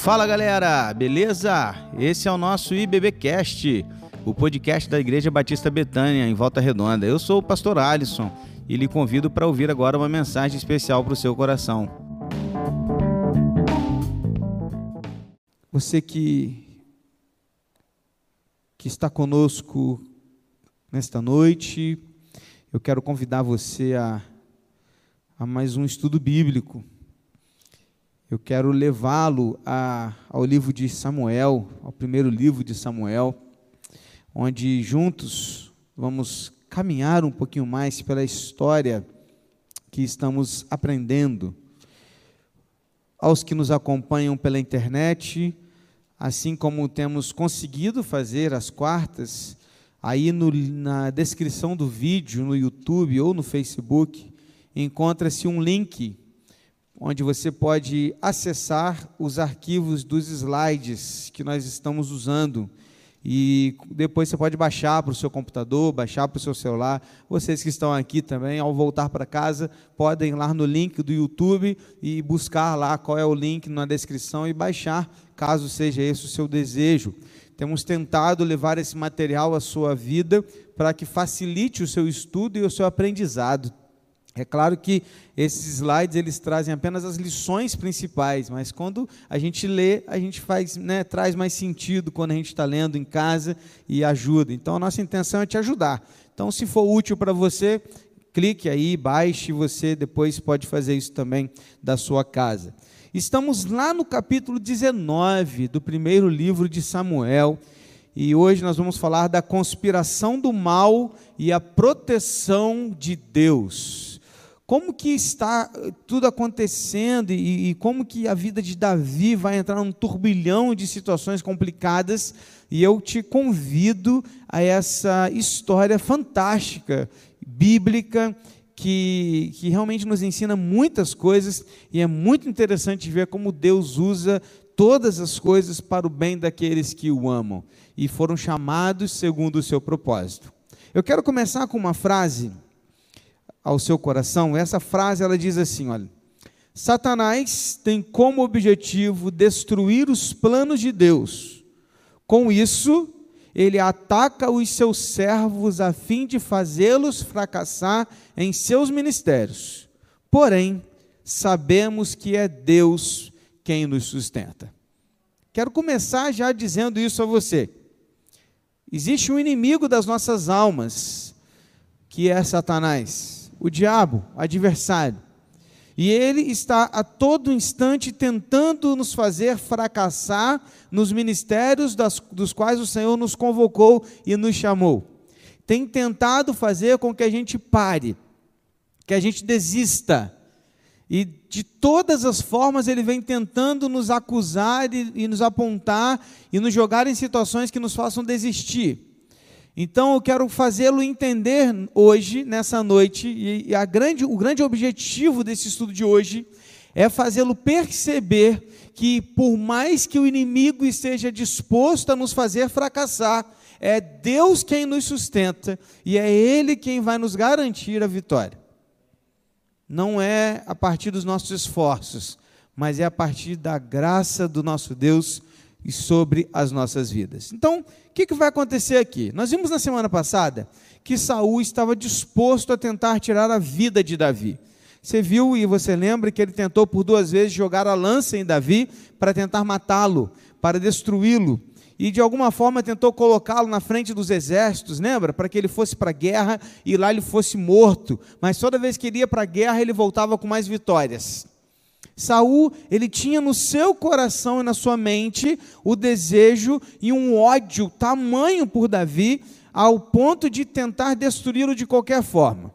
Fala galera, beleza? Esse é o nosso IBBcast, o podcast da Igreja Batista Betânia, em Volta Redonda. Eu sou o pastor Alisson e lhe convido para ouvir agora uma mensagem especial para o seu coração. Você que está conosco nesta noite, eu quero convidar você a mais um estudo bíblico. Eu quero levá-lo ao livro de Samuel, ao primeiro livro de Samuel, onde juntos vamos caminhar um pouquinho mais pela história que estamos aprendendo. Aos que nos acompanham pela internet, assim como temos conseguido fazer às quartas, aí na descrição do vídeo, no YouTube ou no Facebook, encontra-se um link onde você pode acessar os arquivos dos slides que nós estamos usando, e depois você pode baixar para o seu computador, baixar para o seu celular. Vocês que estão aqui também, ao voltar para casa, podem ir lá no link do YouTube e buscar lá qual é o link na descrição e baixar, caso seja esse o seu desejo. Temos tentado levar esse material à sua vida para que facilite o seu estudo e o seu aprendizado. É claro que esses slides eles trazem apenas as lições principais, mas quando a gente lê, a gente traz mais sentido quando a gente está lendo em casa e ajuda. Então a nossa intenção é te ajudar. Então, se for útil para você, clique aí, baixe, você depois pode fazer isso também da sua casa. Estamos lá no capítulo 19 do primeiro livro de Samuel, e hoje nós vamos falar da conspiração do mal e a proteção de Deus. Como que está tudo acontecendo e como que a vida de Davi vai entrar num turbilhão de situações complicadas, e eu te convido a essa história fantástica, bíblica, que realmente nos ensina muitas coisas, e é muito interessante ver como Deus usa todas as coisas para o bem daqueles que o amam e foram chamados segundo o seu propósito. Eu quero começar com uma frase ao seu coração. Essa frase ela diz assim, olha: Satanás tem como objetivo destruir os planos de Deus. Com isso, ele ataca os seus servos a fim de fazê-los fracassar em seus ministérios. Porém, sabemos que é Deus quem nos sustenta. Quero começar já dizendo isso a você. Existe um inimigo das nossas almas, que é Satanás, o diabo, adversário. E ele está a todo instante tentando nos fazer fracassar nos ministérios dos quais o Senhor nos convocou e nos chamou. Tem tentado fazer com que a gente pare, que a gente desista. E de todas as formas ele vem tentando nos acusar e nos apontar e nos jogar em situações que nos façam desistir. Então eu quero fazê-lo entender hoje, nessa noite, e o grande objetivo desse estudo de hoje é fazê-lo perceber que, por mais que o inimigo esteja disposto a nos fazer fracassar, é Deus quem nos sustenta e é Ele quem vai nos garantir a vitória. Não é a partir dos nossos esforços, mas é a partir da graça do nosso Deus e sobre as nossas vidas. Então, o que vai acontecer aqui? Nós vimos na semana passada que Saul estava disposto a tentar tirar a vida de Davi. Você viu e você lembra que ele tentou por 2 vezes jogar a lança em Davi para tentar matá-lo, para destruí-lo, e de alguma forma tentou colocá-lo na frente dos exércitos, lembra? Para que ele fosse para a guerra e lá ele fosse morto, mas toda vez que ele ia para a guerra ele voltava com mais vitórias. Saul, ele tinha no seu coração e na sua mente o desejo e um ódio tamanho por Davi, ao ponto de tentar destruí-lo de qualquer forma.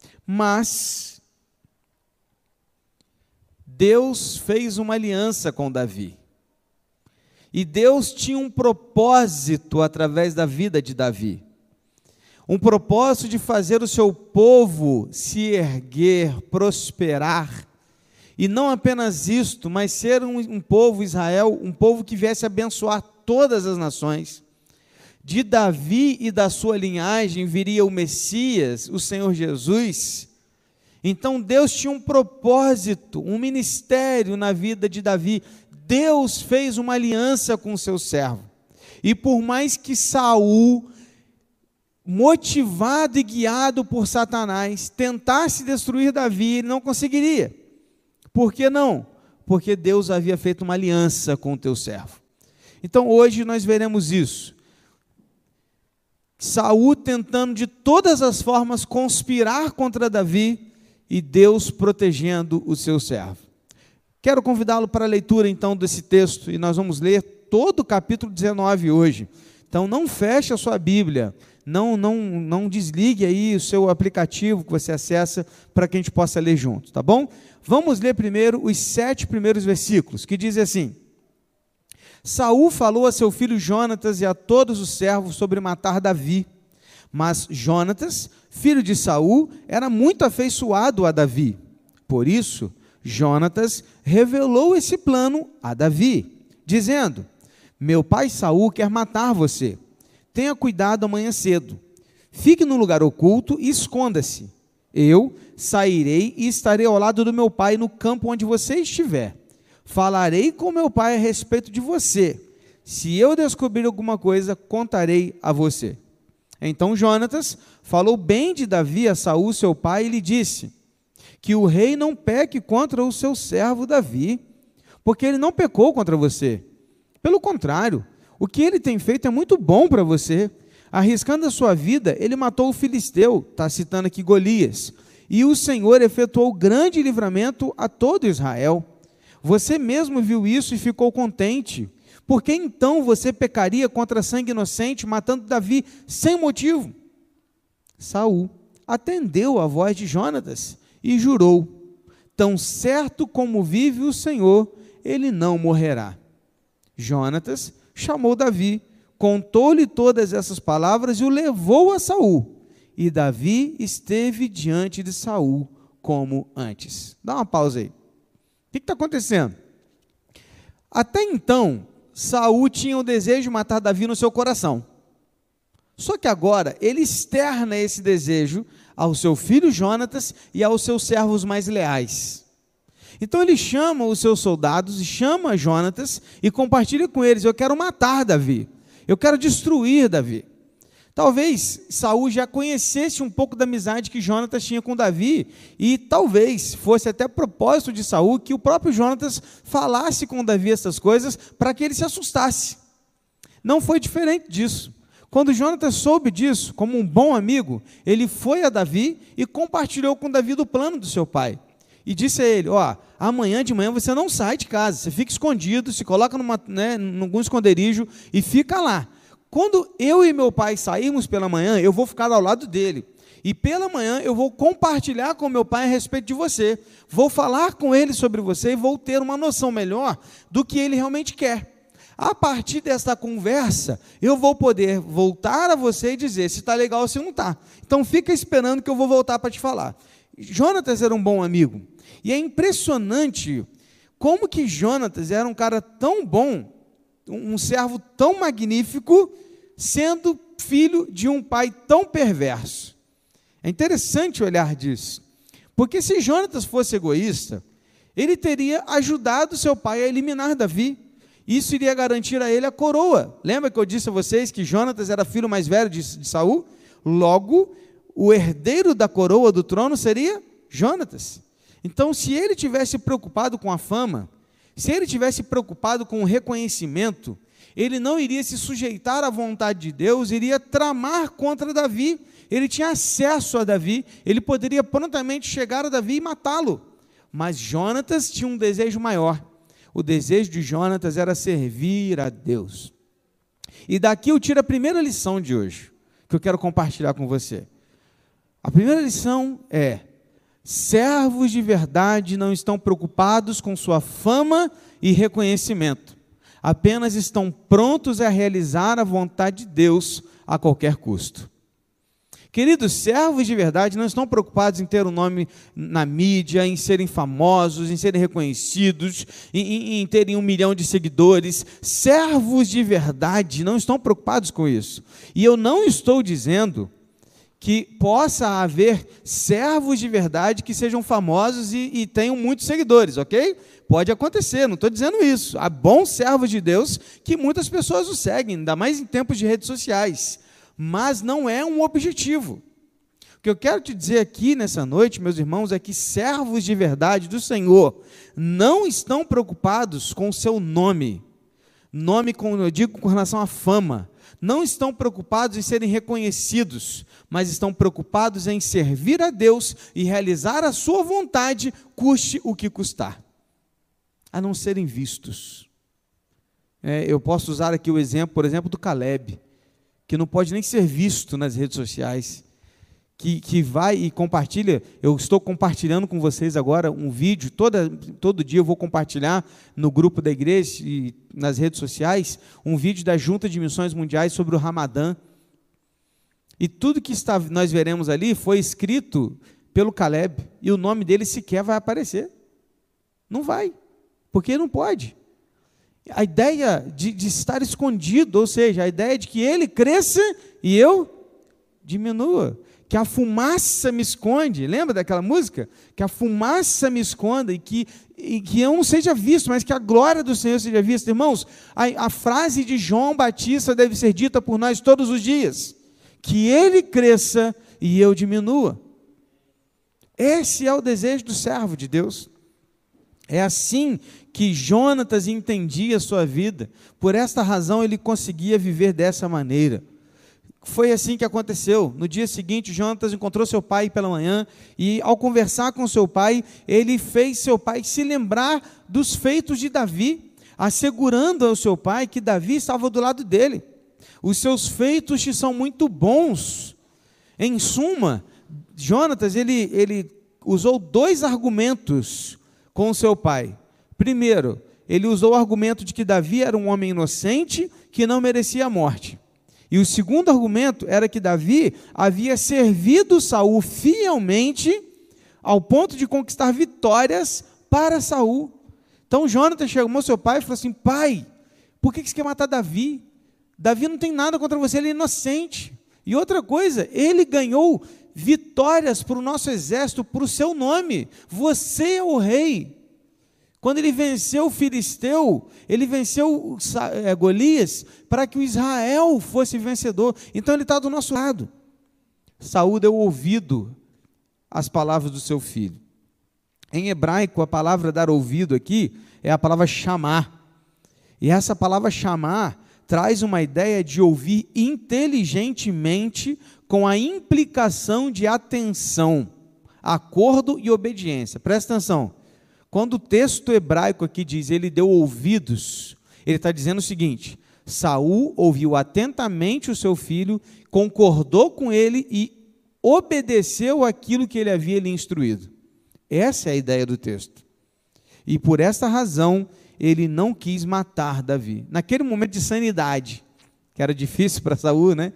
Mas Deus fez uma aliança com Davi. E Deus tinha um propósito através da vida de Davi. Um propósito de fazer o seu povo se erguer, prosperar. E não apenas isto, mas ser um povo, Israel, um povo que viesse abençoar todas as nações. De Davi e da sua linhagem viria o Messias, o Senhor Jesus. Então Deus tinha um propósito, um ministério na vida de Davi. Deus fez uma aliança com o seu servo. E por mais que Saul, motivado e guiado por Satanás, tentasse destruir Davi, ele não conseguiria. Por que não? Porque Deus havia feito uma aliança com o teu servo. Então hoje nós veremos isso. Saul tentando de todas as formas conspirar contra Davi e Deus protegendo o seu servo. Quero convidá-lo para a leitura então desse texto e nós vamos ler todo o capítulo 19 hoje. Então não feche a sua Bíblia, não desligue aí o seu aplicativo que você acessa para que a gente possa ler junto, tá bom? Vamos ler primeiro os 7 primeiros versículos, que dizem assim: Saul falou a seu filho Jonatas e a todos os servos sobre matar Davi. Mas Jonatas, filho de Saul, era muito afeiçoado a Davi. Por isso, Jonatas revelou esse plano a Davi, dizendo: meu pai Saul quer matar você. Tenha cuidado amanhã cedo. Fique no lugar oculto e esconda-se. Eu sairei e estarei ao lado do meu pai no campo onde você estiver. Falarei com meu pai a respeito de você. Se eu descobrir alguma coisa, contarei a você. Então Jonatas falou bem de Davi a Saul, seu pai, e lhe disse: que o rei não peque contra o seu servo Davi, porque ele não pecou contra você. Pelo contrário, o que ele tem feito é muito bom para você. Arriscando a sua vida, ele matou o filisteu, está citando aqui Golias, e o Senhor efetuou grande livramento a todo Israel. Você mesmo viu isso e ficou contente. Por que então você pecaria contra sangue inocente, matando Davi sem motivo? Saul atendeu a voz de Jonatas e jurou: tão certo como vive o Senhor, ele não morrerá. Jonatas chamou Davi, contou-lhe todas essas palavras e o levou a Saul. E Davi esteve diante de Saul como antes. Dá uma pausa aí. O que está acontecendo? Até então, Saul tinha o desejo de matar Davi no seu coração. Só que agora, ele externa esse desejo ao seu filho Jonatas e aos seus servos mais leais. Então ele chama os seus soldados e chama Jonatas e compartilha com eles: eu quero matar Davi, eu quero destruir Davi. Talvez Saul já conhecesse um pouco da amizade que Jonatas tinha com Davi, e talvez fosse até propósito de Saul que o próprio Jonatas falasse com Davi essas coisas para que ele se assustasse. Não foi diferente disso. Quando Jonatas soube disso, como um bom amigo, ele foi a Davi e compartilhou com Davi do plano do seu pai. E disse a ele: amanhã de manhã você não sai de casa, você fica escondido, se coloca em algum esconderijo e fica lá. Quando eu e meu pai sairmos pela manhã, eu vou ficar ao lado dele. E pela manhã eu vou compartilhar com meu pai a respeito de você. Vou falar com ele sobre você e vou ter uma noção melhor do que ele realmente quer. A partir desta conversa, eu vou poder voltar a você e dizer se está legal ou se não está. Então fica esperando que eu vou voltar para te falar. Jonatas era um bom amigo. E é impressionante como que Jonatas era um cara tão bom, um servo tão magnífico, sendo filho de um pai tão perverso. É interessante olhar disso, porque se Jonatas fosse egoísta, ele teria ajudado seu pai a eliminar Davi. Isso iria garantir a ele a coroa. Lembra que eu disse a vocês que Jonatas era filho mais velho de Saul? Logo, o herdeiro da coroa do trono seria Jonatas. Então, se ele tivesse preocupado com a fama, se ele tivesse preocupado com o reconhecimento, ele não iria se sujeitar à vontade de Deus, iria tramar contra Davi. Ele tinha acesso a Davi, ele poderia prontamente chegar a Davi e matá-lo. Mas Jonatas tinha um desejo maior. O desejo de Jonatas era servir a Deus. E daqui eu tiro a primeira lição de hoje, que eu quero compartilhar com você. A primeira lição é: servos de verdade não estão preocupados com sua fama e reconhecimento. Apenas estão prontos a realizar a vontade de Deus a qualquer custo. Queridos, servos de verdade não estão preocupados em ter um nome na mídia, em serem famosos, em serem reconhecidos, em terem 1 milhão de seguidores. Servos de verdade não estão preocupados com isso. E eu não estou dizendo que possa haver servos de verdade que sejam famosos e tenham muitos seguidores, ok? Pode acontecer, não estou dizendo isso. Há bons servos de Deus que muitas pessoas o seguem, ainda mais em tempos de redes sociais, mas não é um objetivo. O que eu quero te dizer aqui nessa noite, meus irmãos, é que servos de verdade do Senhor não estão preocupados com o seu nome, eu digo com relação à fama, não estão preocupados em serem reconhecidos, mas estão preocupados em servir a Deus e realizar a sua vontade, custe o que custar, a não serem vistos. Eu posso usar aqui o exemplo, por exemplo, do Caleb, que não pode nem ser visto nas redes sociais, que vai e compartilha. Eu estou compartilhando com vocês agora um vídeo, todo dia eu vou compartilhar no grupo da igreja e nas redes sociais, um vídeo da Junta de Missões Mundiais sobre o Ramadã, e tudo que nós veremos ali foi escrito pelo Caleb, e o nome dele sequer vai aparecer, não vai, porque não pode. A ideia de estar escondido, ou seja, a ideia de que ele cresça e eu diminua, que a fumaça me esconde, lembra daquela música? Que a fumaça me esconda e que eu não seja visto, mas que a glória do Senhor seja vista. Irmãos, a frase de João Batista deve ser dita por nós todos os dias, que ele cresça e eu diminua. Esse é o desejo do servo de Deus. É assim que Jonatas entendia a sua vida, por esta razão ele conseguia viver dessa maneira. Foi assim que aconteceu. No dia seguinte, Jonatas encontrou seu pai pela manhã e, ao conversar com seu pai, ele fez seu pai se lembrar dos feitos de Davi, assegurando ao seu pai que Davi estava do lado dele. Os seus feitos te são muito bons. Em suma, Jonatas ele usou 2 argumentos com seu pai. Primeiro, ele usou o argumento de que Davi era um homem inocente que não merecia a morte. E o segundo argumento era que Davi havia servido Saul fielmente ao ponto de conquistar vitórias para Saul. Então Jonatas chamou seu pai e falou assim: pai, por que você quer matar Davi? Davi não tem nada contra você, ele é inocente. E outra coisa, ele ganhou vitórias para o nosso exército, para o seu nome. Você é o rei. Quando ele venceu o filisteu, ele venceu Golias para que o Israel fosse vencedor. Então ele está do nosso lado. Saul deu ouvido às palavras do seu filho. Em hebraico, a palavra dar ouvido aqui é a palavra chamar. E essa palavra chamar traz uma ideia de ouvir inteligentemente, com a implicação de atenção, acordo e obediência. Presta atenção. Quando o texto hebraico aqui diz, ele deu ouvidos, ele está dizendo o seguinte: Saul ouviu atentamente o seu filho, concordou com ele e obedeceu aquilo que ele havia lhe instruído. Essa é a ideia do texto. E por esta razão, ele não quis matar Davi. Naquele momento de sanidade, que era difícil para Saul, né?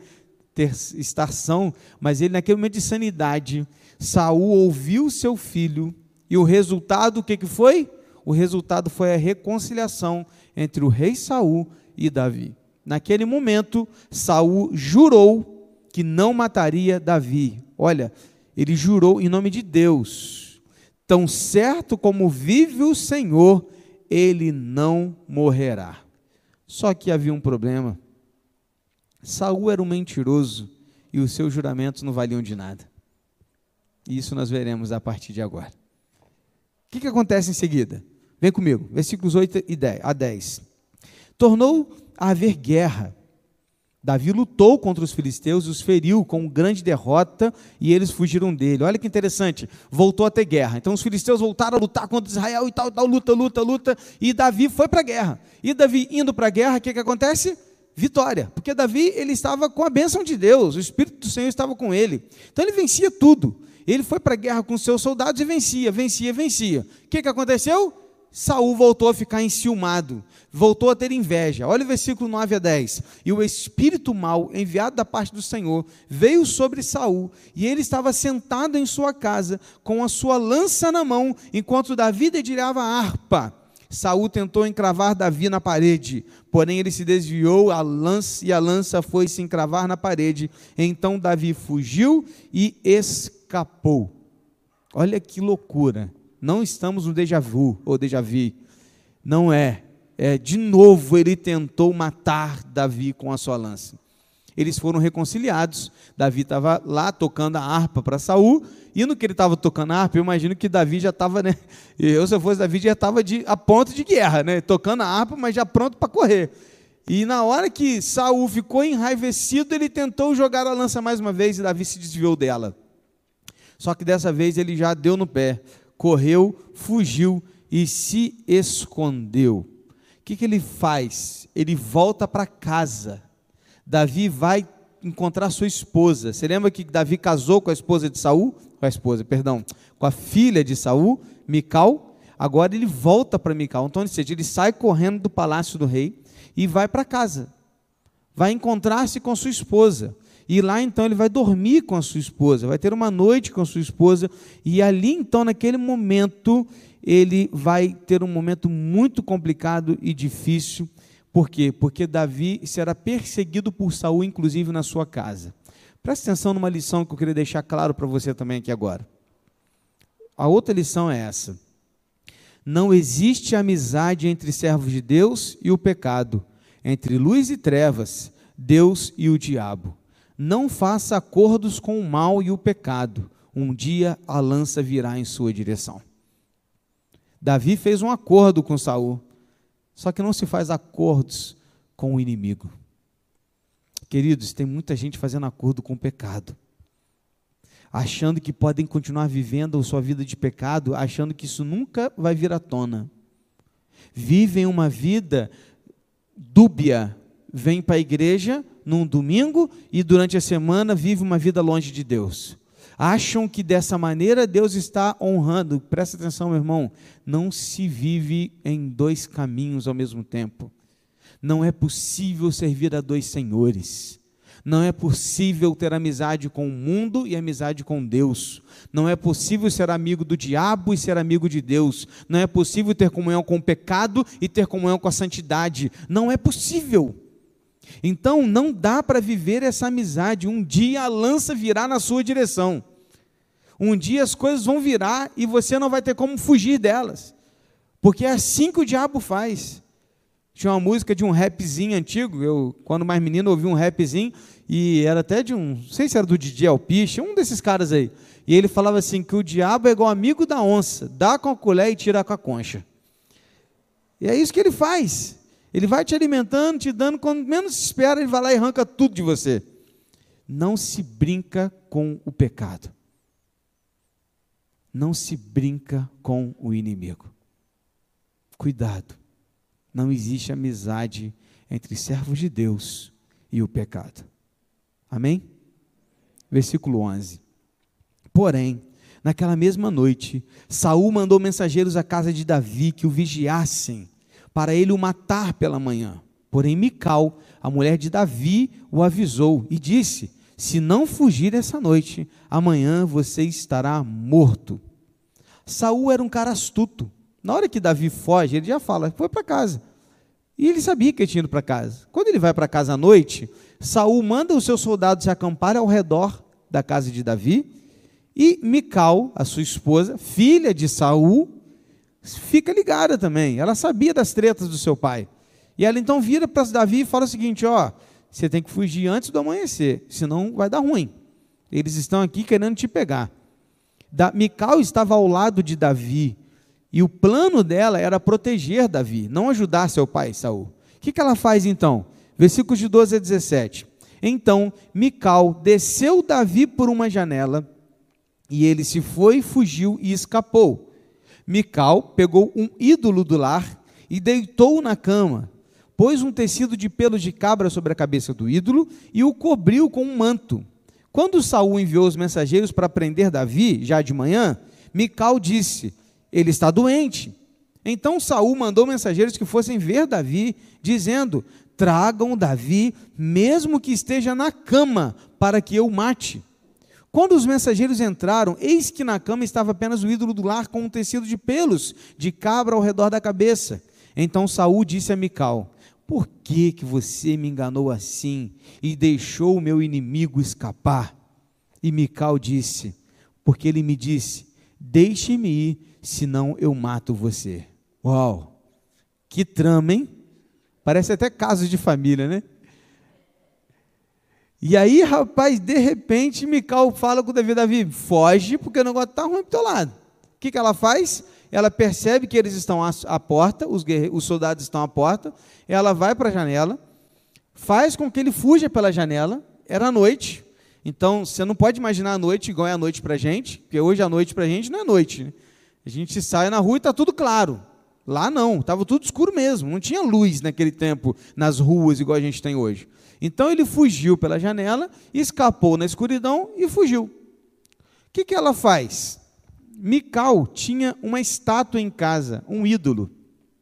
Estar são, mas ele naquele momento de sanidade, Saul ouviu seu filho. E o resultado, o que foi? O resultado foi a reconciliação entre o rei Saul e Davi. Naquele momento, Saul jurou que não mataria Davi. Olha, ele jurou em nome de Deus: tão certo como vive o Senhor, ele não morrerá. Só que havia um problema. Saul era um mentiroso e os seus juramentos não valiam de nada. Isso nós veremos a partir de agora. O que acontece em seguida? Vem comigo, versículos 8 a 10. Tornou a haver guerra. Davi lutou contra os filisteus, os feriu com grande derrota e eles fugiram dele. Olha que interessante, voltou a ter guerra. Então os filisteus voltaram a lutar contra Israel e tal, luta, e Davi foi para a guerra. E Davi indo para a guerra, o que acontece? Vitória, porque Davi ele estava com a bênção de Deus, o Espírito do Senhor estava com ele. Então ele vencia tudo. Ele foi para a guerra com seus soldados e vencia. O que aconteceu? Saul voltou a ficar enciumado, voltou a ter inveja. Olha o versículo 9 a 10. E o espírito mau, enviado da parte do Senhor, veio sobre Saul, e ele estava sentado em sua casa, com a sua lança na mão, enquanto Davi dedilhava a harpa. Saul tentou encravar Davi na parede, porém ele se desviou e a lança foi se encravar na parede. Então Davi fugiu e escapou. Olha que loucura, não estamos no déjà vu, ou déjà vu, não é, de novo ele tentou matar Davi com a sua lança. Eles foram reconciliados, Davi estava lá tocando a harpa para Saul, e no que ele estava tocando a harpa, eu imagino que Davi já estava, né, se eu fosse Davi, já estava a ponto de guerra, né, tocando a harpa, mas já pronto para correr. E na hora que Saul ficou enraivecido, ele tentou jogar a lança mais uma vez, e Davi se desviou dela. Só que dessa vez ele já deu no pé, correu, fugiu e se escondeu. O que ele faz? Ele volta para casa. Davi vai encontrar sua esposa. Você lembra que Davi casou com a esposa de Saul? Com a filha de Saul, Mical. Agora ele volta para Mical. Então, ele sai correndo do palácio do rei e vai para casa. Vai encontrar-se com sua esposa. E lá então ele vai dormir com a sua esposa, vai ter uma noite com a sua esposa, e ali então naquele momento, ele vai ter um momento muito complicado e difícil. Por quê? Porque Davi será perseguido por Saul, inclusive na sua casa. Presta atenção numa lição que eu queria deixar claro para você também aqui agora. A outra lição é essa: não existe amizade entre servos de Deus e o pecado, entre luz e trevas, Deus e o diabo. Não faça acordos com o mal e o pecado, um dia a lança virá em sua direção. Davi fez um acordo com Saul, só que não se faz acordos com o inimigo. Queridos, tem muita gente fazendo acordo com o pecado, achando que podem continuar vivendo a sua vida de pecado, achando que isso nunca vai vir à tona. Vivem uma vida dúbia, vêm para a igreja num domingo e durante a semana vive uma vida longe de Deus. Acham que dessa maneira Deus está honrando. Presta atenção, meu irmão, não se vive em dois caminhos ao mesmo tempo. Não é possível servir a dois senhores. Não é possível ter amizade com o mundo e amizade com Deus. Não é possível ser amigo do diabo e ser amigo de Deus. Não é possível ter comunhão com o pecado e ter comunhão com a santidade. Não é possível. Então não dá para viver essa amizade. Um dia a lança virá na sua direção. Um dia as coisas vão virar e você não vai ter como fugir delas. Porque é assim que o diabo faz. Tinha uma música de um rapzinho antigo, eu, quando mais menino, ouvi um rapzinho, e era até de um, não sei se era do DJ Alpiche, um desses caras aí. E ele falava assim, que o diabo é igual amigo da onça, dá com a colher e tira com a concha. E é isso que ele faz. Ele vai te alimentando, te dando, quando menos se espera, ele vai lá e arranca tudo de você. Não se brinca com o pecado. Não se brinca com o inimigo. Cuidado. Não existe amizade entre servos de Deus e o pecado. Amém? Versículo 11. Porém, naquela mesma noite, Saul mandou mensageiros à casa de Davi que o vigiassem, para ele o matar pela manhã. Porém, Mical, a mulher de Davi, o avisou e disse: se não fugir essa noite, amanhã você estará morto. Saul era um cara astuto. Na hora que Davi foge, ele já fala, foi para casa. E ele sabia que ele tinha ido para casa. Quando ele vai para casa à noite, Saul manda os seus soldados se acamparem ao redor da casa de Davi, e Mical, a sua esposa, filha de Saul, fica ligada também. Ela sabia das tretas do seu pai. E ela então vira para Davi e fala o seguinte, você tem que fugir antes do amanhecer, senão vai dar ruim. Eles estão aqui querendo te pegar. Mical estava ao lado de Davi, e o plano dela era proteger Davi, não ajudar seu pai Saul. O que ela faz então? Versículos de 12 a 17. Então Mical desceu Davi por uma janela, e ele se foi, fugiu e escapou. Mical pegou um ídolo do lar e deitou-o na cama, pôs um tecido de pelos de cabra sobre a cabeça do ídolo e o cobriu com um manto. Quando Saul enviou os mensageiros para prender Davi, já de manhã, Mical disse, ele está doente. Então Saul mandou mensageiros que fossem ver Davi, dizendo, tragam Davi, mesmo que esteja na cama, para que eu o mate. Quando os mensageiros entraram, eis que na cama estava apenas o ídolo do lar com um tecido de pelos de cabra ao redor da cabeça. Então Saul disse a Mical: por que você me enganou assim e deixou o meu inimigo escapar? E Mical disse: porque ele me disse, deixe-me ir, senão eu mato você. Uau, que trama, hein? Parece até casos de família, né? E aí, rapaz, de repente, Mical fala com Davi, foge, porque o negócio está ruim para o teu lado. O que ela faz? Ela percebe que eles estão à porta, os soldados estão à porta, ela vai para a janela, faz com que ele fuja pela janela, era noite, então você não pode imaginar a noite igual é a noite para a gente, porque hoje a noite para a gente não é noite, né? A gente sai na rua e está tudo claro. Lá não, estava tudo escuro mesmo, não tinha luz naquele tempo nas ruas igual a gente tem hoje. Então ele fugiu pela janela, escapou na escuridão e fugiu. O que ela faz? Mical tinha uma estátua em casa, um ídolo.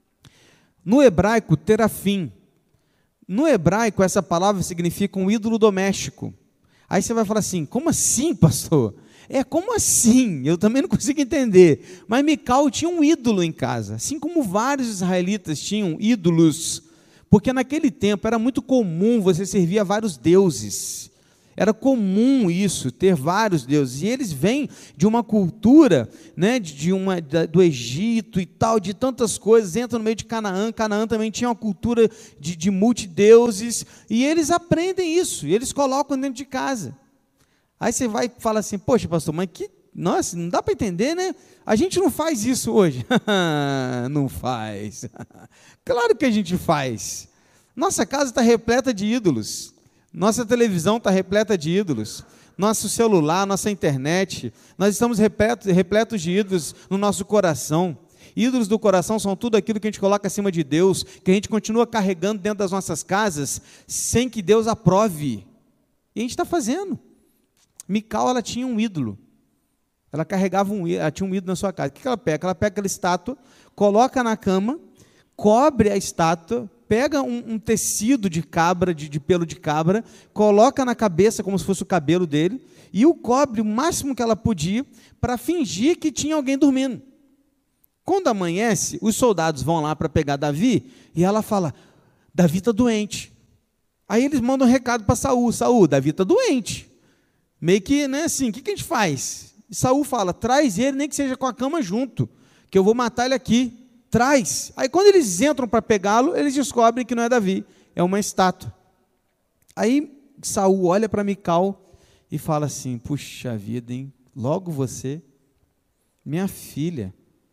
No hebraico, terafim. No hebraico, essa palavra significa um ídolo doméstico. Aí você vai falar assim, como assim, pastor? Como assim? Eu também não consigo entender. Mas Mical tinha um ídolo em casa, assim como vários israelitas tinham ídolos, porque naquele tempo era muito comum você servir a vários deuses. Era comum isso, ter vários deuses. E eles vêm de uma cultura, né, do Egito e tal, de tantas coisas, entram no meio de Canaã. Canaã também tinha uma cultura de multideuses, e eles aprendem isso, e eles colocam dentro de casa. Aí você vai e fala assim, poxa, pastor, mas nossa, não dá para entender, né? A gente não faz isso hoje. Não faz. Claro que a gente faz. Nossa casa está repleta de ídolos. Nossa televisão está repleta de ídolos. Nosso celular, nossa internet. Nós estamos repletos de ídolos no nosso coração. Ídolos do coração são tudo aquilo que a gente coloca acima de Deus, que a gente continua carregando dentro das nossas casas, sem que Deus aprove. E a gente está fazendo. Mical, ela tinha um ídolo. Ela tinha um ídolo na sua casa. O que ela pega? Ela pega aquela estátua, coloca na cama, cobre a estátua, pega um tecido de cabra, de pelo de cabra, coloca na cabeça como se fosse o cabelo dele, e o cobre o máximo que ela podia, para fingir que tinha alguém dormindo. Quando amanhece, os soldados vão lá para pegar Davi, e ela fala, Davi está doente. Aí eles mandam um recado para Saul, Davi está doente. Meio que, né, assim, o que a gente faz? E Saul fala, traz ele, nem que seja com a cama junto, que eu vou matar ele aqui, traz. Aí quando eles entram para pegá-lo, eles descobrem que não é Davi, é uma estátua. Aí Saul olha para Mical e fala assim, puxa vida, hein? Logo você, minha filha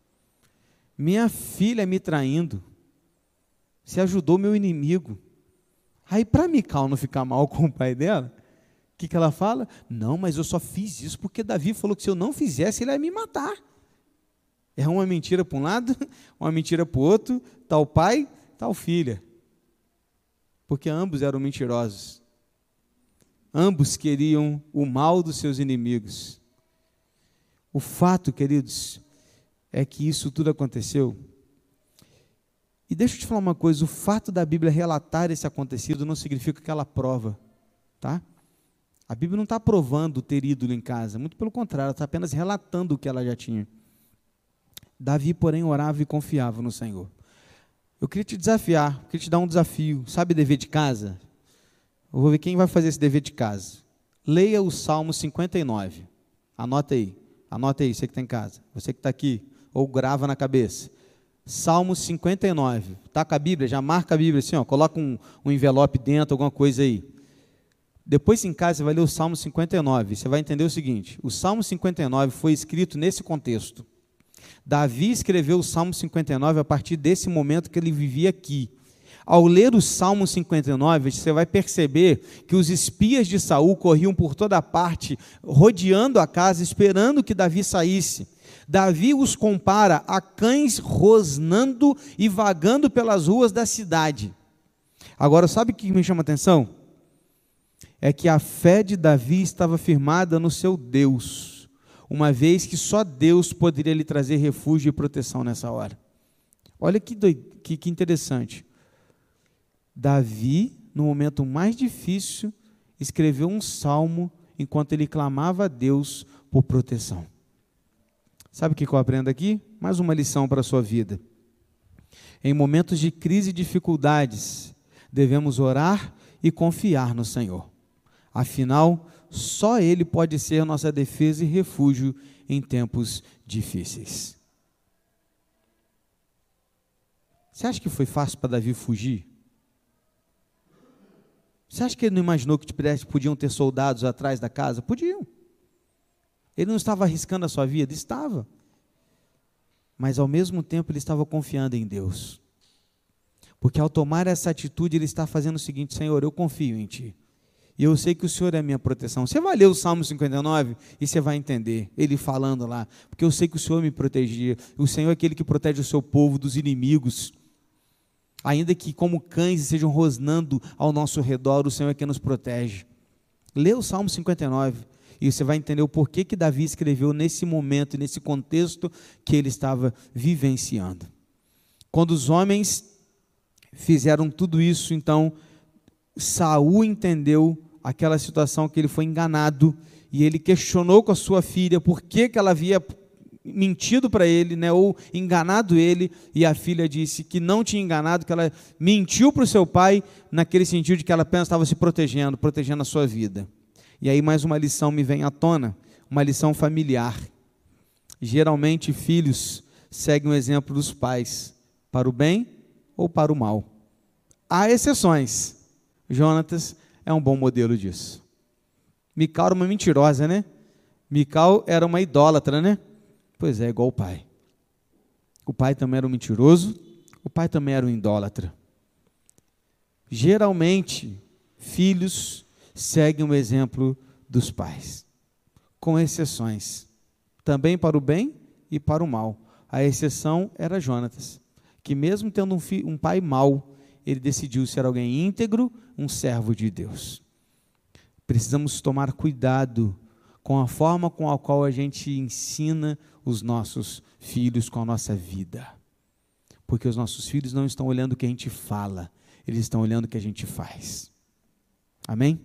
me traindo, você ajudou meu inimigo. Aí para Mical não ficar mal com o pai dela, o que ela fala? Não, mas eu só fiz isso porque Davi falou que se eu não fizesse, ele ia me matar. É uma mentira para um lado, uma mentira para o outro, tal pai, tal filha. Porque ambos eram mentirosos. Ambos queriam o mal dos seus inimigos. O fato, queridos, é que isso tudo aconteceu. E deixa eu te falar uma coisa, o fato da Bíblia relatar esse acontecido não significa que ela prova, tá? A Bíblia não está provando ter ídolo em casa, muito pelo contrário, ela está apenas relatando o que ela já tinha. Davi, porém, orava e confiava no Senhor. Eu queria te desafiar, queria te dar um desafio. Sabe dever de casa? Eu vou ver quem vai fazer esse dever de casa. Leia o Salmo 59. Anota aí, você que está em casa, você que está aqui, ou grava na cabeça. Salmo 59. Está com a Bíblia? Já marca a Bíblia assim, ó, coloca um envelope dentro, alguma coisa aí. Depois em casa você vai ler o Salmo 59, você vai entender o seguinte, o Salmo 59 foi escrito nesse contexto. Davi escreveu o Salmo 59 a partir desse momento que ele vivia aqui. Ao ler o Salmo 59, você vai perceber que os espias de Saul corriam por toda parte, rodeando a casa, esperando que Davi saísse. Davi os compara a cães rosnando e vagando pelas ruas da cidade. Agora, sabe o que me chama a atenção? É que a fé de Davi estava firmada no seu Deus, uma vez que só Deus poderia lhe trazer refúgio e proteção nessa hora. Olha que interessante. Davi, no momento mais difícil, escreveu um salmo enquanto ele clamava a Deus por proteção. Sabe o que eu aprendo aqui? Mais uma lição para a sua vida. Em momentos de crise e dificuldades, devemos orar e confiar no Senhor. Afinal, só Ele pode ser nossa defesa e refúgio em tempos difíceis. Você acha que foi fácil para Davi fugir? Você acha que ele não imaginou que podiam ter soldados atrás da casa? Podiam. Ele não estava arriscando a sua vida? Estava. Mas ao mesmo tempo ele estava confiando em Deus. Porque ao tomar essa atitude, ele está fazendo o seguinte: Senhor, eu confio em Ti. E eu sei que o Senhor é a minha proteção. Você vai ler o Salmo 59 e você vai entender, ele falando lá, porque eu sei que o Senhor me protegia. O Senhor é aquele que protege o seu povo dos inimigos. Ainda que como cães estejam rosnando ao nosso redor, o Senhor é quem nos protege. Lê o Salmo 59 e você vai entender o porquê que Davi escreveu nesse momento, nesse contexto que ele estava vivenciando. Quando os homens fizeram tudo isso, então Saul entendeu aquela situação que ele foi enganado, e ele questionou com a sua filha por que ela havia mentido para ele, né, ou enganado ele, e a filha disse que não tinha enganado, que ela mentiu para o seu pai, naquele sentido de que ela apenas estava se protegendo a sua vida. E aí mais uma lição me vem à tona, uma lição familiar. Geralmente filhos seguem o exemplo dos pais, para o bem ou para o mal. Há exceções. Jonatas é um bom modelo disso. Mical era uma mentirosa, né? Mical era uma idólatra, né? Pois é, igual o pai. O pai também era um mentiroso, o pai também era um idólatra. Geralmente, filhos seguem o exemplo dos pais, com exceções, também para o bem e para o mal. A exceção era Jonatas, que mesmo tendo um pai mau, ele decidiu ser alguém íntegro, um servo de Deus. Precisamos tomar cuidado com a forma com a qual a gente ensina os nossos filhos com a nossa vida. Porque os nossos filhos não estão olhando o que a gente fala, eles estão olhando o que a gente faz. Amém?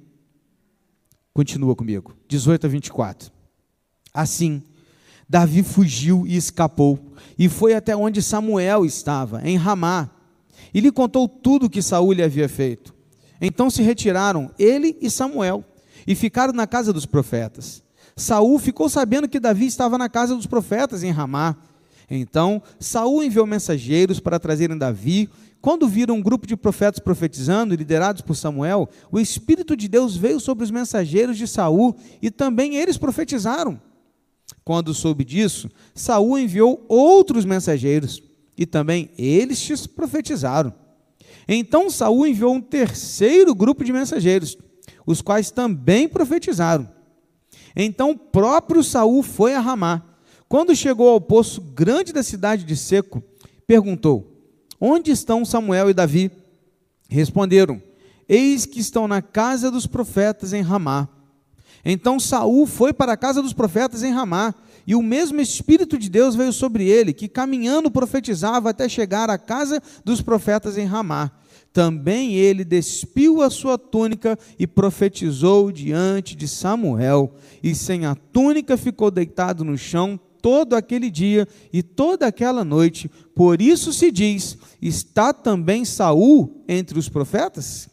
Continua comigo. 18 a 24. Assim, Davi fugiu e escapou, e foi até onde Samuel estava, em Ramá, e lhe contou tudo o que Saul lhe havia feito. Então se retiraram, ele e Samuel, e ficaram na casa dos profetas. Saul ficou sabendo que Davi estava na casa dos profetas em Ramá. Então Saul enviou mensageiros para trazerem Davi. Quando viram um grupo de profetas profetizando, liderados por Samuel, o Espírito de Deus veio sobre os mensageiros de Saul, e também eles profetizaram. Quando soube disso, Saul enviou outros mensageiros, e também eles profetizaram. Então Saul enviou um terceiro grupo de mensageiros, os quais também profetizaram. Então o próprio Saul foi a Ramá. Quando chegou ao poço grande da cidade de Seco, perguntou: onde estão Samuel e Davi? Responderam: eis que estão na casa dos profetas em Ramá. Então Saul foi para a casa dos profetas em Ramá, e o mesmo Espírito de Deus veio sobre ele, que caminhando profetizava até chegar à casa dos profetas em Ramá. Também ele despiu a sua túnica e profetizou diante de Samuel, e sem a túnica ficou deitado no chão todo aquele dia e toda aquela noite. Por isso se diz: está também Saul entre os profetas?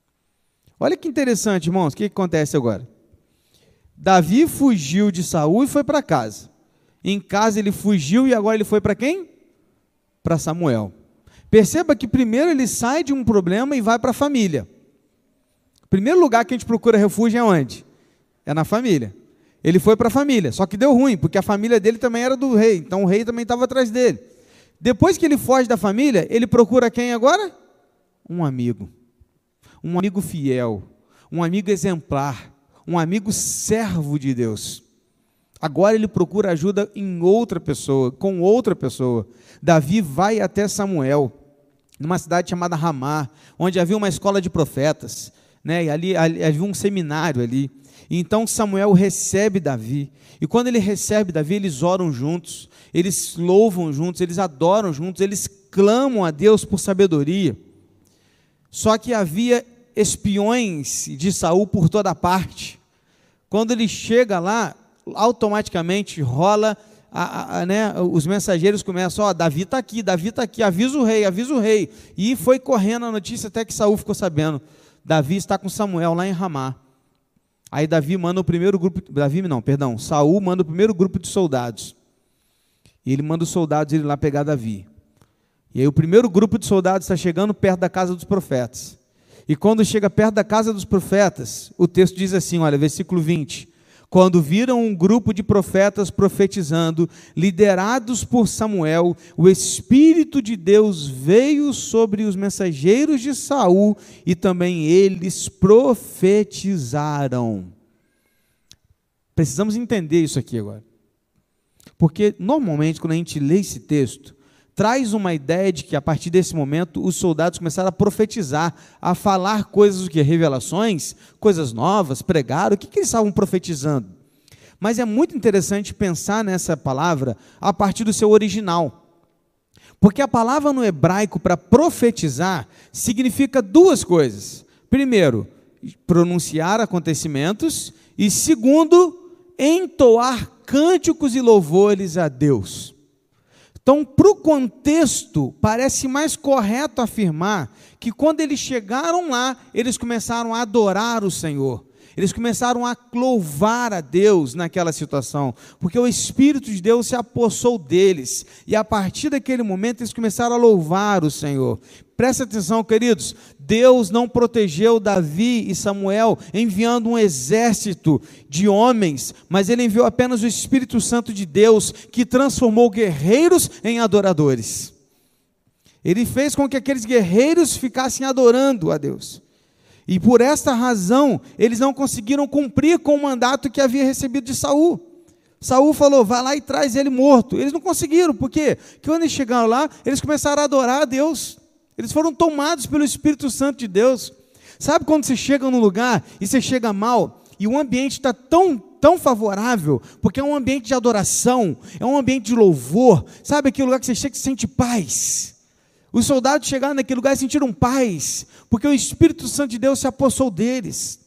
Olha que interessante, irmãos, o que acontece agora? Davi fugiu de Saul e foi para casa. Em casa ele fugiu e agora ele foi para quem? Para Samuel. Perceba que primeiro ele sai de um problema e vai para a família. O primeiro lugar que a gente procura refúgio é onde? É na família. Ele foi para a família, só que deu ruim, porque a família dele também era do rei, então o rei também estava atrás dele. Depois que ele foge da família, ele procura quem agora? Um amigo fiel, um amigo exemplar, um amigo servo de Deus. Agora ele procura ajuda em outra pessoa, com outra pessoa. Davi vai até Samuel, numa cidade chamada Ramá, onde havia uma escola de profetas, né? E ali havia um seminário ali. E então Samuel recebe Davi, e quando ele recebe Davi, eles oram juntos, eles louvam juntos, eles adoram juntos, eles clamam a Deus por sabedoria. Só que havia espiões de Saul por toda parte. Quando ele chega lá, automaticamente rola, os mensageiros começam, Davi está aqui, avisa o rei, e foi correndo a notícia até que Saul ficou sabendo, Davi está com Samuel lá em Ramá. Aí Saul manda o primeiro grupo de soldados, e ele manda os soldados ir lá pegar Davi, e aí o primeiro grupo de soldados está chegando perto da casa dos profetas, e quando chega perto da casa dos profetas, o texto diz assim, olha, versículo 20, quando viram um grupo de profetas profetizando, liderados por Samuel, o Espírito de Deus veio sobre os mensageiros de Saul e também eles profetizaram. Precisamos entender isso aqui agora. Porque normalmente quando a gente lê esse texto, traz uma ideia de que a partir desse momento os soldados começaram a profetizar, a falar coisas, o que? Revelações, coisas novas, pregar, o que eles estavam profetizando? Mas é muito interessante pensar nessa palavra a partir do seu original, porque a palavra no hebraico para profetizar significa duas coisas: primeiro, pronunciar acontecimentos, e segundo, entoar cânticos e louvores a Deus. Então, para o contexto, parece mais correto afirmar que quando eles chegaram lá, eles começaram a adorar o Senhor, eles começaram a louvar a Deus naquela situação, porque o Espírito de Deus se apossou deles, e a partir daquele momento eles começaram a louvar o Senhor. Presta atenção, queridos, Deus não protegeu Davi e Samuel enviando um exército de homens, mas Ele enviou apenas o Espírito Santo de Deus, que transformou guerreiros em adoradores. Ele fez com que aqueles guerreiros ficassem adorando a Deus, e por esta razão eles não conseguiram cumprir com o mandato que havia recebido de Saul. Saul falou, vai lá e traz ele morto. Eles não conseguiram, por quê? Porque quando eles chegaram lá, eles começaram a adorar a Deus. Eles foram tomados pelo Espírito Santo de Deus. Sabe quando você chega num lugar e você chega mal, e o ambiente está tão favorável, porque é um ambiente de adoração, é um ambiente de louvor, sabe aquele lugar que você chega e sente paz? Os soldados chegaram naquele lugar e sentiram paz, porque o Espírito Santo de Deus se apossou deles.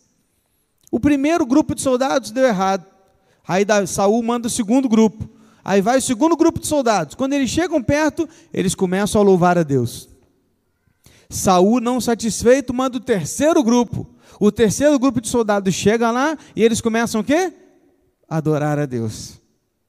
O primeiro grupo de soldados deu errado, aí Saul manda o segundo grupo, aí vai o segundo grupo de soldados, quando eles chegam perto, eles começam a louvar a Deus. Saul, não satisfeito, manda o terceiro grupo de soldados chega lá, e eles começam o quê? Adorar a Deus.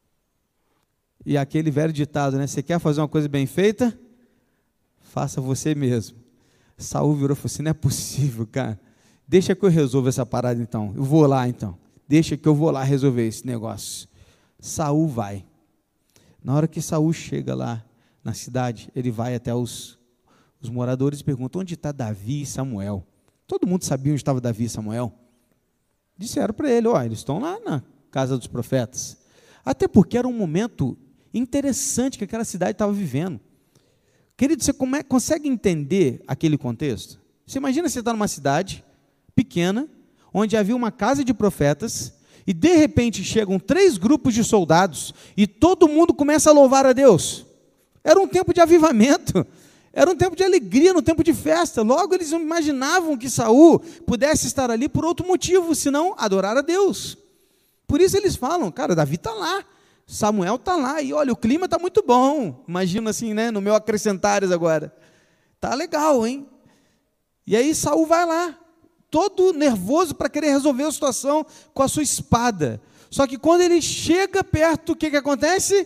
E aquele velho ditado, né? Você quer fazer uma coisa bem feita? Faça você mesmo. Saul virou e falou assim, não é possível, cara, deixa que eu resolvo essa parada então, eu vou lá então, deixa que eu vou lá resolver esse negócio. Saul vai. Na hora que Saul chega lá na cidade, ele vai até os moradores perguntam, onde está Davi e Samuel? Todo mundo sabia onde estava Davi e Samuel. Disseram para ele, eles estão lá na casa dos profetas. Até porque era um momento interessante que aquela cidade estava vivendo. Querido, você consegue entender aquele contexto? Você imagina você estar numa cidade pequena, onde havia uma casa de profetas, e de repente chegam 3 grupos de soldados, e todo mundo começa a louvar a Deus. Era um tempo de avivamento, era um tempo de alegria, um tempo de festa. Logo eles não imaginavam que Saul pudesse estar ali por outro motivo, senão adorar a Deus. Por isso eles falam, cara, Davi está lá, Samuel está lá, e olha, o clima está muito bom. Imagina assim, né, no meu acrescentares agora. Está legal, hein? E aí Saul vai lá, todo nervoso para querer resolver a situação com a sua espada. Só que quando ele chega perto, o que acontece?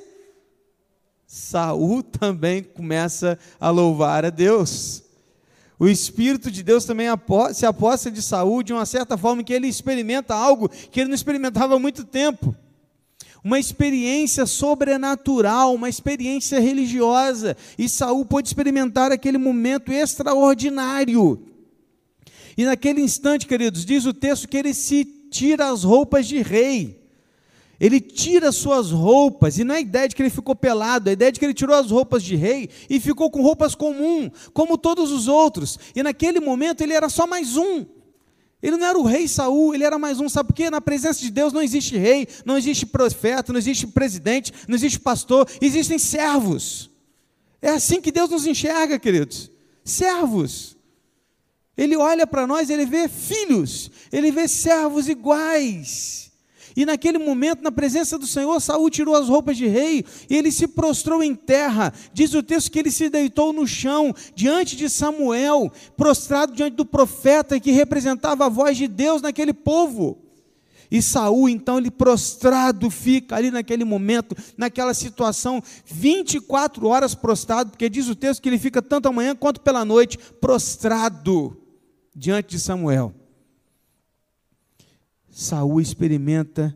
Saul também começa a louvar a Deus. O Espírito de Deus também se aposta de Saul de uma certa forma, que ele experimenta algo que ele não experimentava há muito tempo. Uma experiência sobrenatural, uma experiência religiosa. E Saul pôde experimentar aquele momento extraordinário. E naquele instante, queridos, diz o texto que ele se tira as roupas de rei. Ele tira suas roupas, e não é a ideia de que ele ficou pelado, é a ideia de que ele tirou as roupas de rei e ficou com roupas comuns, como todos os outros. E naquele momento ele era só mais um. Ele não era o rei Saul, ele era mais um. Sabe por quê? Na presença de Deus não existe rei, não existe profeta, não existe presidente, não existe pastor, existem servos. É assim que Deus nos enxerga, queridos. Servos. Ele olha para nós, ele vê filhos, ele vê servos iguais. E naquele momento, na presença do Senhor, Saul tirou as roupas de rei, e ele se prostrou em terra. Diz o texto que ele se deitou no chão, diante de Samuel, prostrado diante do profeta, que representava a voz de Deus naquele povo. E Saul, então, ele prostrado fica ali naquele momento, naquela situação, 24 horas prostrado, porque diz o texto que ele fica tanto amanhã quanto pela noite, prostrado diante de Samuel. Saul experimenta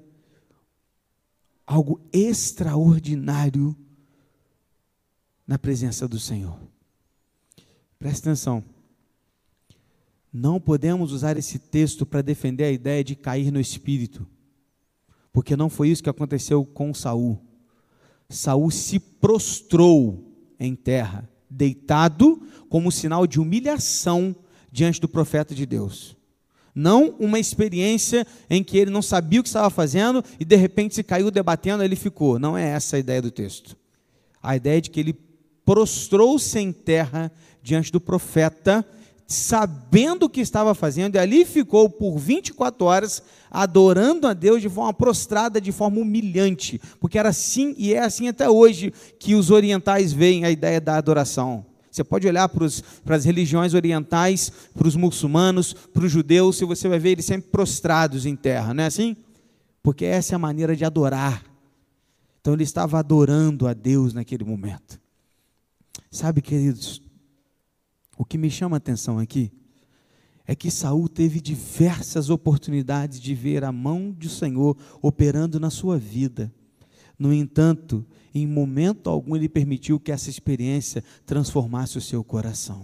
algo extraordinário na presença do Senhor. Presta atenção. Não podemos usar esse texto para defender a ideia de cair no espírito, porque não foi isso que aconteceu com Saul. Saul se prostrou em terra, deitado, como sinal de humilhação diante do profeta de Deus. Não uma experiência em que ele não sabia o que estava fazendo e de repente se caiu debatendo, ele ficou. Não é essa a ideia do texto. A ideia é de que ele prostrou-se em terra diante do profeta, sabendo o que estava fazendo, e ali ficou por 24 horas adorando a Deus de forma prostrada, de forma humilhante, porque era assim e é assim até hoje que os orientais veem a ideia da adoração. Você pode olhar para as religiões orientais, para os muçulmanos, para os judeus, e você vai ver eles sempre prostrados em terra, não é assim? Porque essa é a maneira de adorar. Então ele estava adorando a Deus naquele momento. Sabe, queridos, o que me chama a atenção aqui é que Saul teve diversas oportunidades de ver a mão do Senhor operando na sua vida. No entanto, em momento algum ele permitiu que essa experiência transformasse o seu coração.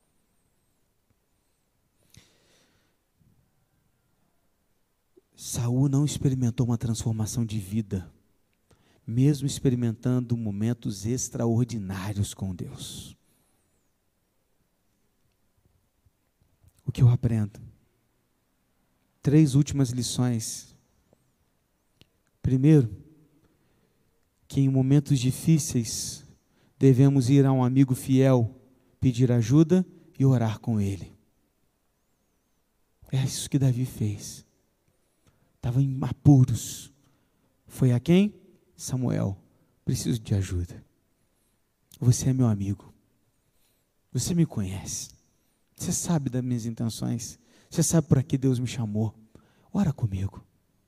Saul não experimentou uma transformação de vida, mesmo experimentando momentos extraordinários com Deus. O que eu aprendo? 3 últimas lições. Primeiro, que em momentos difíceis devemos ir a um amigo fiel, pedir ajuda e orar com ele. É isso que Davi fez. Estava em apuros. Foi a quem? Samuel. Preciso de ajuda. Você é meu amigo. Você me conhece. Você sabe das minhas intenções. Você sabe para que Deus me chamou. Ora comigo.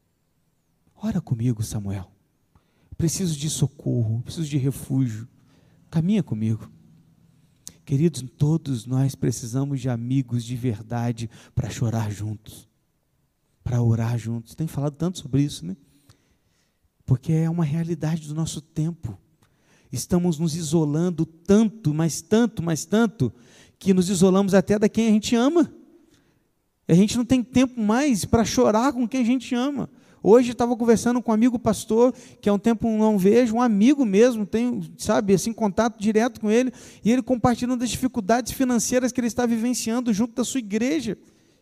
Ora comigo, Samuel. Preciso de socorro, preciso de refúgio. Caminha comigo. Queridos, todos nós precisamos de amigos de verdade para chorar juntos, para orar juntos. Tem falado tanto sobre isso, né? Porque é uma realidade do nosso tempo. Estamos nos isolando tanto, mas tanto, que nos isolamos até da quem a gente ama. A gente não tem tempo mais para chorar com quem a gente ama. Hoje estava conversando com um amigo pastor, que há um tempo não vejo, um amigo mesmo, tenho, sabe, assim, contato direto com ele, e ele compartilhando das dificuldades financeiras que ele está vivenciando junto da sua igreja.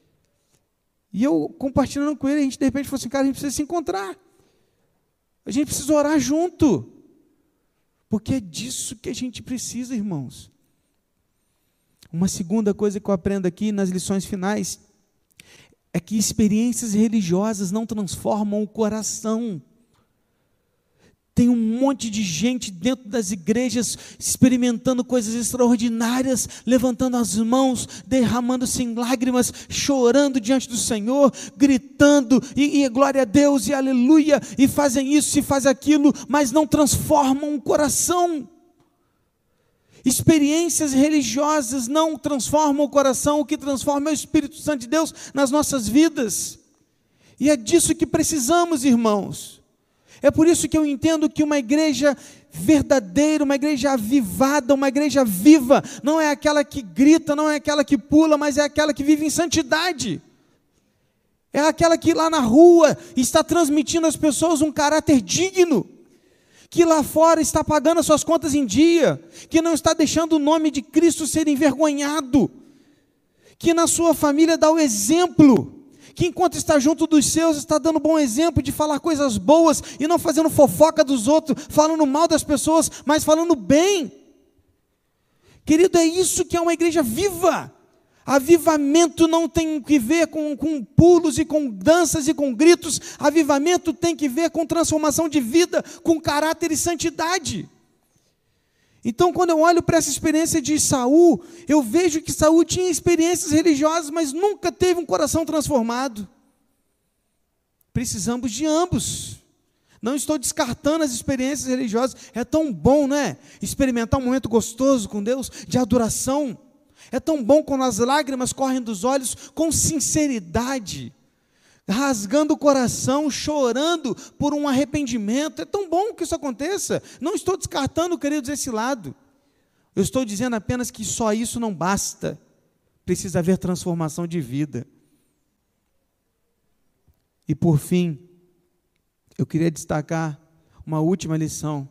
E eu compartilhando com ele, a gente de repente falou assim, cara, a gente precisa se encontrar. A gente precisa orar junto. Porque é disso que a gente precisa, irmãos. Uma segunda coisa que eu aprendo aqui nas lições finais é que experiências religiosas não transformam o coração. Tem um monte de gente dentro das igrejas experimentando coisas extraordinárias, levantando as mãos, derramando-se em lágrimas, chorando diante do Senhor, gritando, e glória a Deus, e aleluia, e fazem isso, e fazem aquilo, mas não transformam o coração. Experiências religiosas não transformam o coração, o que transforma é o Espírito Santo de Deus nas nossas vidas. E é disso que precisamos, irmãos. É por isso que eu entendo que uma igreja verdadeira, uma igreja avivada, uma igreja viva, não é aquela que grita, não é aquela que pula, mas é aquela que vive em santidade. É aquela que lá na rua está transmitindo às pessoas um caráter digno, que lá fora está pagando as suas contas em dia, que não está deixando o nome de Cristo ser envergonhado, que na sua família dá o exemplo, que enquanto está junto dos seus, está dando bom exemplo de falar coisas boas, e não fazendo fofoca dos outros, falando mal das pessoas, mas falando bem. Querido, é isso que é uma igreja viva, Avivamento não tem que ver com pulos e com danças e com gritos. Avivamento tem que ver com transformação de vida, com caráter e santidade. Então, quando eu olho para essa experiência de Saul, eu vejo que Saul tinha experiências religiosas, mas nunca teve um coração transformado. Precisamos de ambos. Não estou descartando as experiências religiosas. É tão bom, né? Experimentar um momento gostoso com Deus, de adoração. É tão bom quando as lágrimas correm dos olhos com sinceridade, rasgando o coração, chorando por um arrependimento. É tão bom que isso aconteça. Não estou descartando, queridos, esse lado. Eu estou dizendo apenas que só isso não basta. Precisa haver transformação de vida. E por fim, eu queria destacar uma última lição.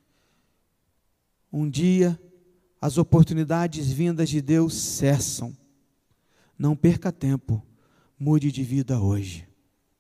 Um dia, as oportunidades vindas de Deus cessam. Não perca tempo, mude de vida hoje.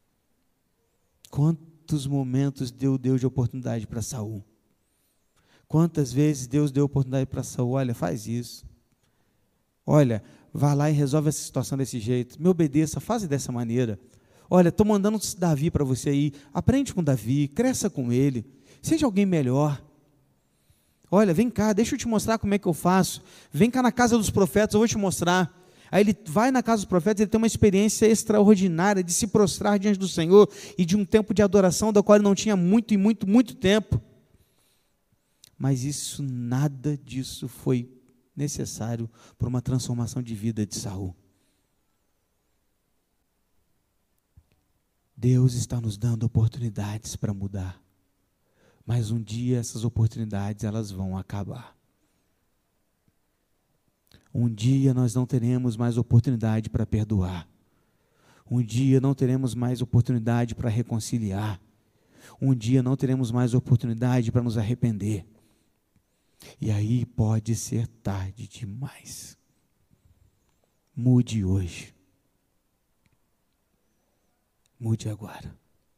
Quantos momentos Deus deu de oportunidade para Saul? Quantas vezes Deus deu oportunidade para Saul? Olha, faz isso. Olha, vá lá e resolve essa situação desse jeito. Me obedeça, faz dessa maneira. Olha, estou mandando Davi para você aí. Aprende com Davi, cresça com ele. Seja alguém melhor. Olha, vem cá, deixa eu te mostrar como é que eu faço. Vem cá na casa dos profetas, eu vou te mostrar. Aí ele vai na casa dos profetas, ele tem uma experiência extraordinária de se prostrar diante do Senhor e de um tempo de adoração da qual ele não tinha muito tempo. Mas isso, nada disso foi necessário para uma transformação de vida de Saul. Deus está nos dando oportunidades para mudar. Mas um dia essas oportunidades elas vão acabar. Um dia nós não teremos mais oportunidade para perdoar. Um dia não teremos mais oportunidade para reconciliar. Um dia não teremos mais oportunidade para nos arrepender. E aí pode ser tarde demais. Mude hoje. Mude agora.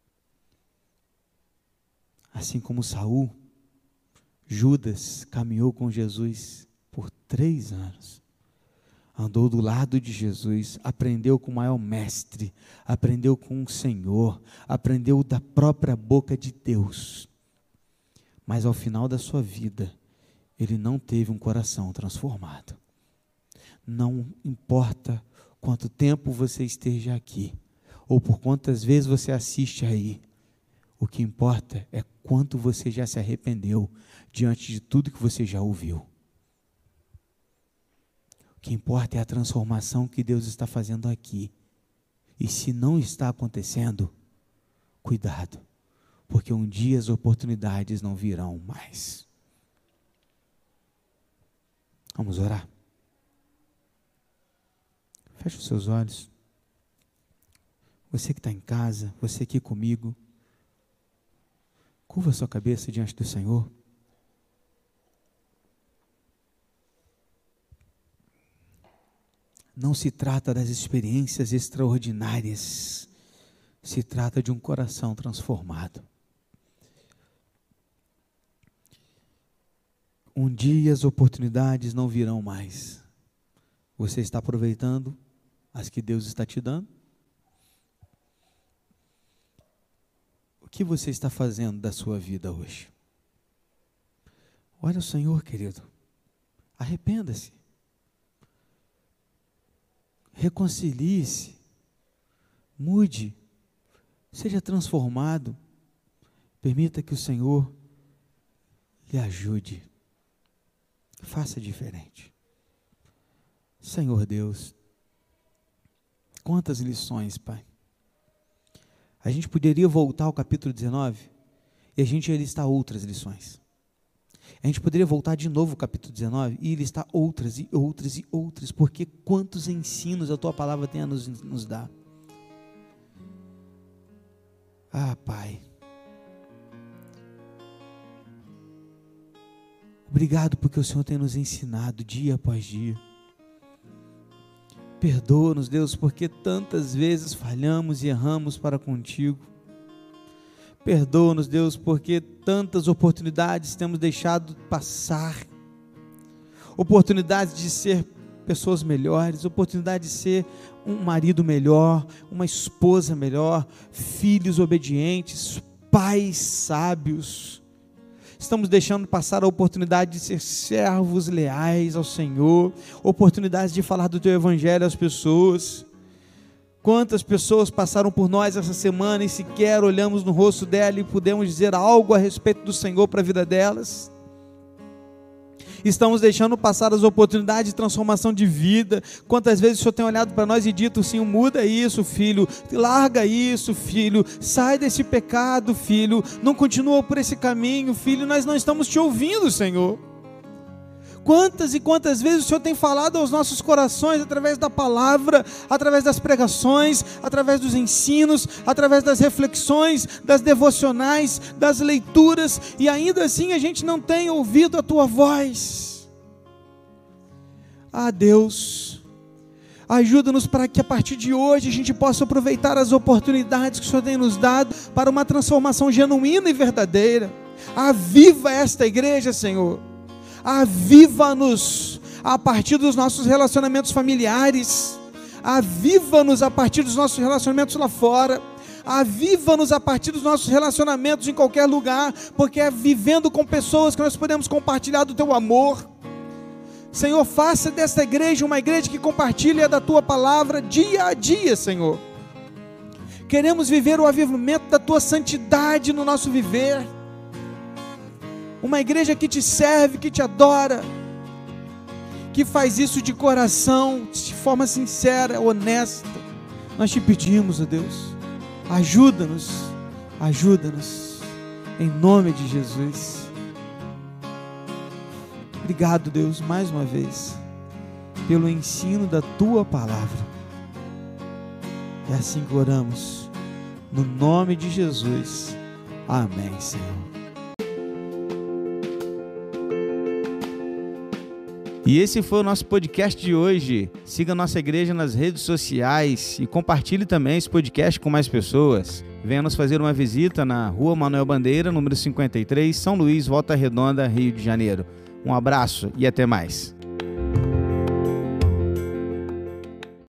Assim como Saul, Judas caminhou com Jesus por 3 anos. Andou do lado de Jesus, aprendeu com o maior mestre, aprendeu com o Senhor, aprendeu da própria boca de Deus. Mas ao final da sua vida, ele não teve um coração transformado. Não importa quanto tempo você esteja aqui, ou por quantas vezes você assiste aí, o que importa é quanto você já se arrependeu diante de tudo que você já ouviu. O que importa é a transformação que Deus está fazendo aqui. E se não está acontecendo, cuidado, porque um dia as oportunidades não virão mais. Vamos orar? Feche os seus olhos. Você que está em casa, você aqui comigo, curva a sua cabeça diante do Senhor. Não se trata das experiências extraordinárias, se trata de um coração transformado. Um dia as oportunidades não virão mais. Você está aproveitando as que Deus está te dando? O que você está fazendo da sua vida hoje? Olha o Senhor, querido. Arrependa-se. Reconcilie-se. Mude. Seja transformado. Permita que o Senhor lhe ajude. Faça diferente. Senhor Deus, quantas lições, Pai. A gente poderia voltar ao capítulo 19 e a gente ia listar outras lições. A gente poderia voltar de novo ao capítulo 19 e listar outras e outras e outras, porque quantos ensinos a Tua palavra tem a nos dar. Ah, Pai. Obrigado porque o Senhor tem nos ensinado dia após dia. Perdoa-nos, Deus, porque tantas vezes falhamos e erramos para contigo. Perdoa-nos, Deus, porque tantas oportunidades temos deixado passar. Oportunidades de ser pessoas melhores, oportunidade de ser um marido melhor, uma esposa melhor, filhos obedientes, pais sábios. Estamos deixando passar a oportunidade de ser servos leais ao Senhor, oportunidades de falar do Teu Evangelho às pessoas. Quantas pessoas passaram por nós essa semana e sequer olhamos no rosto dela e pudemos dizer algo a respeito do Senhor para a vida delas? Estamos deixando passar as oportunidades de transformação de vida. Quantas vezes o Senhor tem olhado para nós e dito assim: muda isso, filho, larga isso, filho, sai desse pecado, filho, não continua por esse caminho, filho. Nós não estamos te ouvindo, Senhor. Quantas e quantas vezes o Senhor tem falado aos nossos corações através da palavra, através das pregações, através dos ensinos, através das reflexões, das devocionais, das leituras, e ainda assim a gente não tem ouvido a Tua voz. Ah, Deus, ajuda-nos para que a partir de hoje a gente possa aproveitar as oportunidades que o Senhor tem nos dado para uma transformação genuína e verdadeira. Aviva esta igreja, Senhor. Aviva-nos a partir dos nossos relacionamentos familiares, aviva-nos a partir dos nossos relacionamentos lá fora, aviva-nos a partir dos nossos relacionamentos em qualquer lugar, porque é vivendo com pessoas que nós podemos compartilhar do Teu amor. Senhor, faça desta igreja uma igreja que compartilha da Tua palavra dia a dia, Senhor. Queremos viver o avivamento da Tua santidade no nosso viver. Uma igreja que Te serve, que Te adora, que faz isso de coração, de forma sincera, honesta. Nós Te pedimos, ó Deus, ajuda-nos, em nome de Jesus. Obrigado, Deus, mais uma vez, pelo ensino da Tua palavra. É assim que oramos, no nome de Jesus. Amém, Senhor. E esse foi o nosso podcast de hoje. Siga a nossa igreja nas redes sociais e compartilhe também esse podcast com mais pessoas. Venha nos fazer uma visita na Rua Manuel Bandeira, número 53, São Luís, Volta Redonda, Rio de Janeiro. Um abraço e até mais.